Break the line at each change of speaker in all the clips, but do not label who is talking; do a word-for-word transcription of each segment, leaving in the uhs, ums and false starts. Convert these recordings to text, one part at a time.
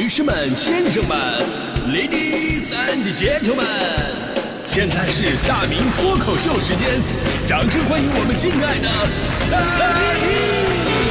女士们、先生们 ，Ladies and Gentlemen， 现在是大明脱口秀时间，掌声欢迎我们敬爱的大明！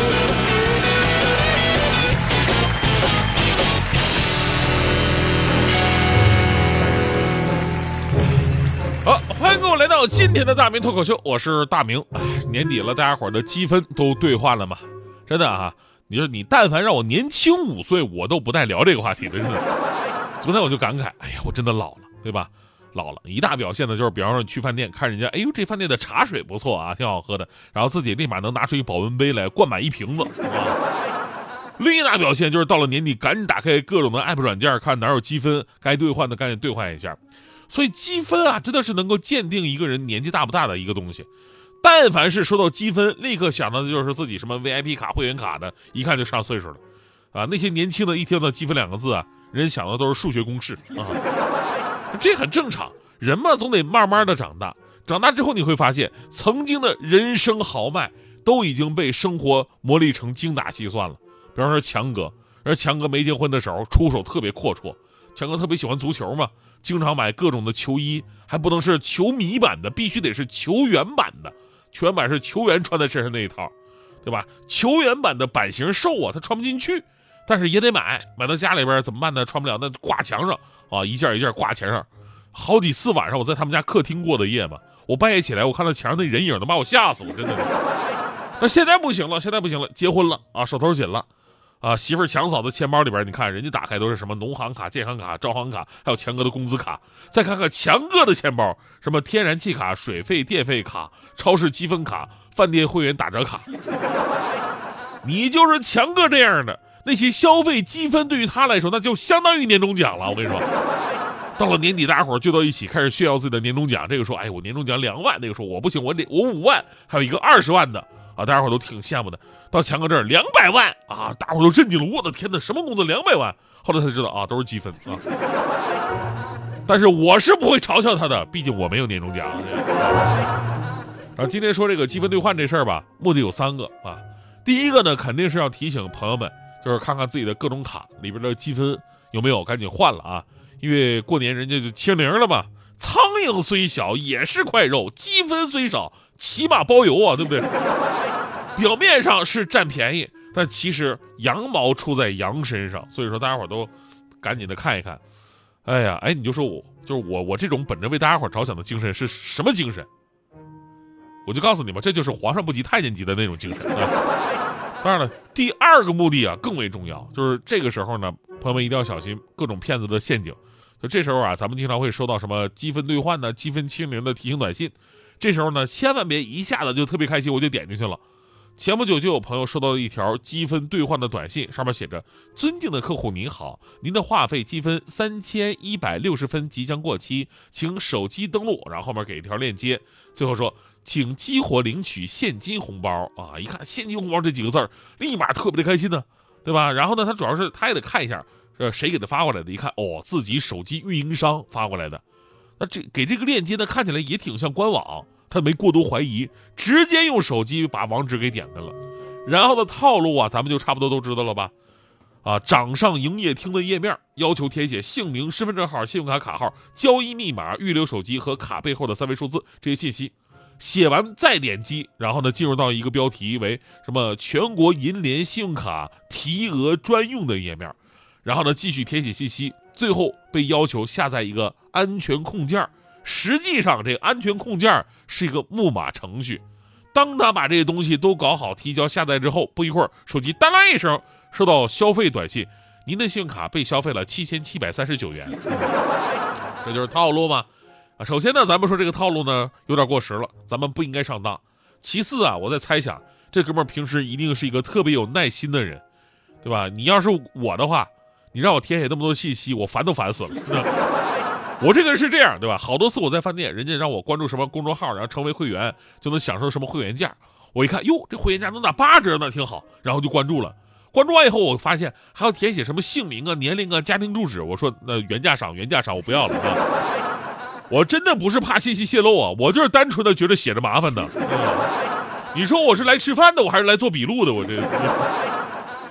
好，欢迎各位来到今天的大明脱口秀，我是大明。哎，年底了，大家伙的积分都兑换了吗？真的啊，你说你但凡让我年轻五岁，我都不带聊这个话题的，真的。昨天我就感慨，哎呀，我真的老了，对吧？老了，一大表现呢，就是比方说你去饭店看人家，哎呦，这饭店的茶水不错啊，挺好喝的，然后自己立马能拿出一保温杯来灌满一瓶子啊。另一大表现就是到了年底，赶紧打开各种的 app 软件，看哪有积分，该兑换的赶紧兑换一下。所以积分啊，真的是能够鉴定一个人年纪大不大的一个东西。但凡是说到积分，立刻想到的就是自己什么 V I P 卡、会员卡的，一看就上岁数了啊。那些年轻的一听到积分两个字啊，人想的都是数学公式啊。这很正常，人嘛总得慢慢的长大。长大之后你会发现，曾经的人生豪迈都已经被生活磨砺成精打细算了。比方说强哥，而强哥没结婚的时候出手特别阔绰。强哥特别喜欢足球嘛，经常买各种的球衣，还不能是球迷版的，必须得是球员版的。球员版是球员穿在身上那一套，对吧？球员版的版型瘦啊，他穿不进去，但是也得买。买到家里边怎么办呢？穿不了，那挂墙上啊，一件一件挂墙上。好几次晚上我在他们家客厅过的夜嘛，我半夜起来，我看到墙上那人影都把我吓死了，真的。那现在不行了，现在不行了，结婚了啊，手头紧了。啊，媳妇儿强嫂的钱包里边，你看人家打开都是什么农行卡、建行卡、招行卡，还有强哥的工资卡。再看看强哥的钱包，什么天然气卡、水费、电费卡、超市积分卡、饭店会员打折卡。你就是强哥这样的，那些消费积分对于他来说，那就相当于年终奖了。我跟你说，到了年底，大家伙聚到一起，开始炫耀自己的年终奖。这个说，哎，我年终奖两万；那个说，我不行，我得我五万，还有一个二十万的。啊，大家伙都挺羡慕的。到强哥这儿两百万啊，大伙都震惊了。我的天哪，什么工作两百万？后来才知道啊，都是积分啊。但是我是不会嘲笑他的，毕竟我没有年终奖。然后今天说这个积分兑换这事儿吧，目的有三个啊。第一个呢，肯定是要提醒朋友们，就是看看自己的各种卡里边的积分有没有，赶紧换了啊。因为过年人家就清零了嘛。苍蝇虽小也是块肉，积分虽少起码包邮啊，对不对？表面上是占便宜，但其实羊毛出在羊身上，所以说大家伙都赶紧的看一看。哎呀，哎，你就说我就是我，我这种本着为大家伙着想的精神是什么精神？我就告诉你吧，这就是皇上不急太监急的那种精神啊。当然了，第二个目的啊更为重要，就是这个时候呢，朋友们一定要小心各种骗子的陷阱。就这时候啊，咱们经常会收到什么积分兑换的、积分清零的提醒短信。这时候呢，千万别一下子就特别开心，我就点进去了。前不久就有朋友收到了一条积分兑换的短信，上面写着：“尊敬的客户您好，您的话费积分三千一百六十分即将过期，请手机登录。”然后后面给一条链接，最后说：“请激活领取现金红包。”啊，一看现金红包这几个字儿，立马特别的开心呢，对吧？然后呢，他主要是他也得看一下。呃，谁给他发过来的？一看，哦，自己手机运营商发过来的。那这给这个链接呢，看起来也挺像官网，他没过多怀疑，直接用手机把网址给点开了。然后的套路啊，咱们就差不多都知道了吧？啊，掌上营业厅的页面要求填写姓名、身份证号、信用卡卡号、交易密码、预留手机和卡背后的三位数字这些信息。写完再点击，然后呢，进入到一个标题为什么全国银联信用卡提额专用的页面。然后呢，继续填写信息，最后被要求下载一个安全控件。实际上，这个安全控件是一个木马程序。当他把这些东西都搞好、提交、下载之后，不一会儿，手机当啷一声收到消费短信，您的信用卡被消费了七千七百三十九元。这就是套路吗？啊，首先呢，咱们说这个套路呢有点过时了，咱们不应该上当。其次啊，我在猜想，这哥们儿平时一定是一个特别有耐心的人，对吧？你要是我的话。你让我填写那么多信息，我烦都烦死了。我这个人是这样，对吧？好多次我在饭店，人家让我关注什么公众号，然后成为会员，就能享受什么会员价。我一看，哟，这会员价能打八折呢，挺好，然后就关注了。关注完以后，我发现还要填写什么姓名啊、年龄啊、家庭住址。我说那原价赏，原价赏，我不要了啊！我真的不是怕信息泄露啊，我就是单纯的觉得写着麻烦的。嗯、你说我是来吃饭的，我还是来做笔录的？我这。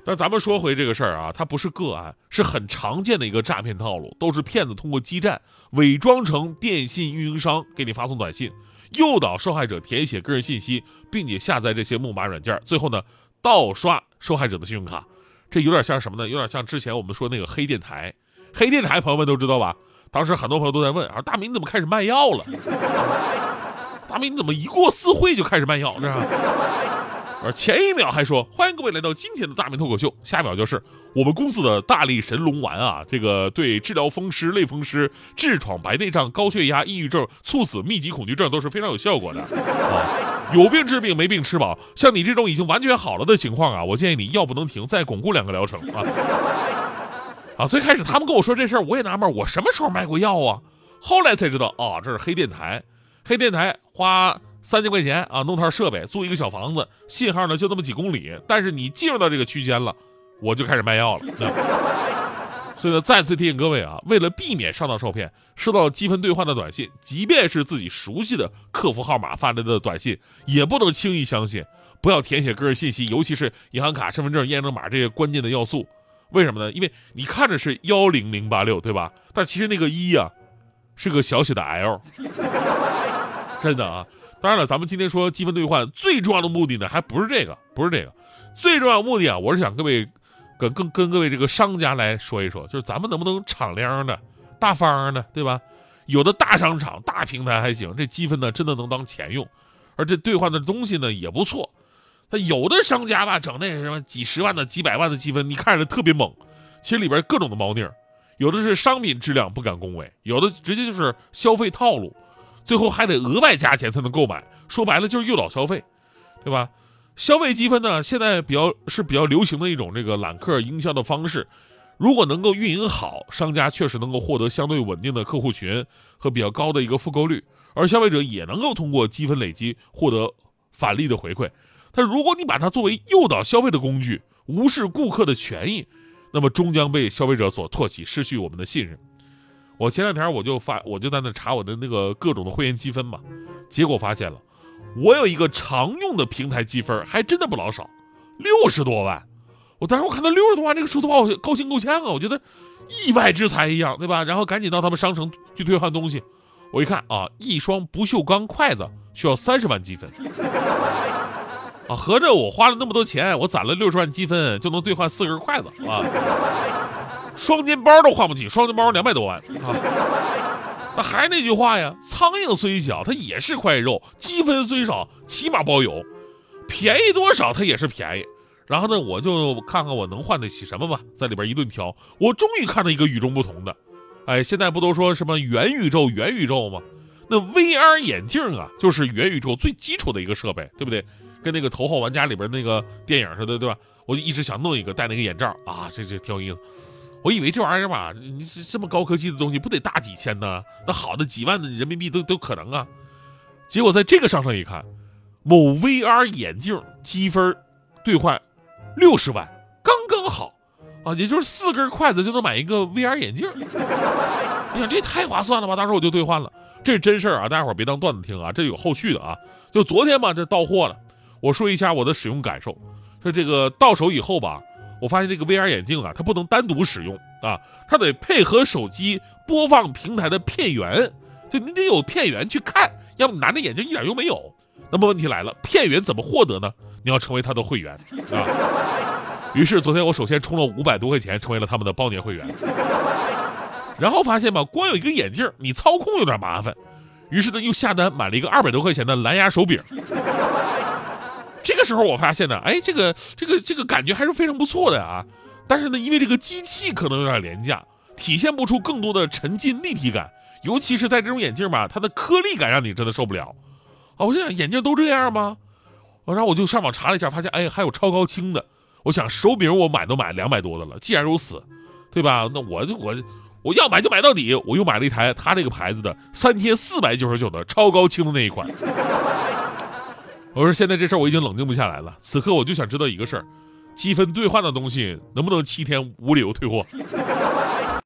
那咱们说回这个事儿啊，它不是个案，是很常见的一个诈骗套路，都是骗子通过基站伪装成电信运营商给你发送短信，诱导受害者填写个人信息，并且下载这些木马软件，最后呢盗刷受害者的信用卡。这有点像什么呢？有点像之前我们说那个黑电台。黑电台朋友们都知道吧？当时很多朋友都在问啊，大明你怎么开始卖药了？大明你怎么一过四会就开始卖药？是吧？而前一秒还说欢迎各位来到今天的大明脱口秀，下一秒就是我们公司的大力神龙丸啊，这个对治疗风湿、类风湿、痔疮、白内障、高血压、抑郁症、猝死、密集恐惧症都是非常有效果的啊。有病治病，没病吃饱。像你这种已经完全好了的情况啊，我建议你药不能停，再巩固两个疗程啊。啊，最开始他们跟我说这事儿，我也纳闷，我什么时候卖过药啊？后来才知道啊，这是黑电台，黑电台花三千块钱啊，弄套设备，租一个小房子，信号呢就那么几公里，但是你进入到这个区间了，我就开始卖药了。所以呢，再次提醒各位啊，为了避免上当受骗，收到积分兑换的短信，即便是自己熟悉的客服号码发来的短信，也不能轻易相信，不要填写个人信息，尤其是银行卡、身份证、验证码这些关键的要素。为什么呢？因为你看着是幺零零八六，对吧？但其实那个一啊，是个小写的 L。真的啊。当然了，咱们今天说积分兑换最重要的目的呢，还不是这个，不是这个，最重要的目的啊，我是想各位跟跟跟各位这个商家来说一说，就是咱们能不能敞亮的、大方的，对吧？有的大商场、大平台还行，这积分呢真的能当钱用，而这兑换的东西呢也不错。他有的商家吧，整那什么几十万的、几百万的积分，你看着特别猛，其实里边各种的猫腻儿，有的是商品质量不敢恭维，有的直接就是消费套路。最后还得额外加钱才能购买，说白了就是诱导消费，对吧？消费积分呢，现在比较是比较流行的一种这个揽客营销的方式。如果能够运营好，商家确实能够获得相对稳定的客户群和比较高的一个复购率，而消费者也能够通过积分累积获得返利的回馈。但如果你把它作为诱导消费的工具，无视顾客的权益，那么终将被消费者所唾弃，失去我们的信任。我前两天我就发，我就在那查我的那个各种的会员积分嘛，结果发现了，我有一个常用的平台积分还真的不老少，六十多万。我当时我看到六十多万这个数字，把我高兴够呛啊！我觉得意外之财一样，对吧？然后赶紧到他们商城去兑换东西。我一看啊，一双不锈钢筷子需要三十万积分，啊，合着我花了那么多钱，我攒了六十万积分就能兑换四根筷子啊！双肩包都换不起，双肩包两百多万啊！那还是那句话呀，苍蝇虽小，它也是块肉；积分虽少，起码包邮。便宜多少，它也是便宜。然后呢，我就看看我能换得起什么吧，在里边一顿挑，我终于看到一个与众不同的。哎，现在不都说什么元宇宙、元宇宙吗？那 V R 眼镜啊，就是元宇宙最基础的一个设备，对不对？跟那个《头号玩家》里边那个电影似的，对吧？我就一直想弄一个戴那个眼罩啊，这这挺有意思。我以为这玩意儿吧，你这么高科技的东西不得大几千呢？那好的几万的人民币都都可能啊。结果在这个商上一看，某 V R 眼镜积分兑换六十万，刚刚好啊，也就是四根筷子就能买一个 V R 眼镜。你想这太划算了吧？当时我就兑换了，这是真事儿啊，大家伙儿别当段子听啊，这有后续的啊。就昨天嘛，这到货了，我说一下我的使用感受。说这个到手以后吧，我发现这个 V R 眼镜啊，它不能单独使用啊，它得配合手机播放平台的片源，就你得有片源去看，要不你拿着眼镜一点用没有。那么问题来了，片源怎么获得呢？你要成为他的会员啊。于是昨天我首先充了五百多块钱，成为了他们的包年会员。然后发现吧，光有一个眼镜，你操控有点麻烦，于是呢又下单买了一个二百多块钱的蓝牙手柄。这个时候我发现呢，哎，这个这个这个感觉还是非常不错的啊。但是呢，因为这个机器可能有点廉价，体现不出更多的沉浸立体感，尤其是在这种眼镜吧，它的颗粒感让你真的受不了。啊，我就想眼镜都这样吗？然后我就上网查了一下，发现哎还有超高清的。我想手柄我买都买两百多的了，既然如此，对吧？那我就我我要买就买到底。我又买了一台它这个牌子的三天四百九十九的超高清的那一款。我说现在这事儿我已经冷静不下来了，此刻我就想知道一个事儿：积分兑换的东西能不能七天无理由退货？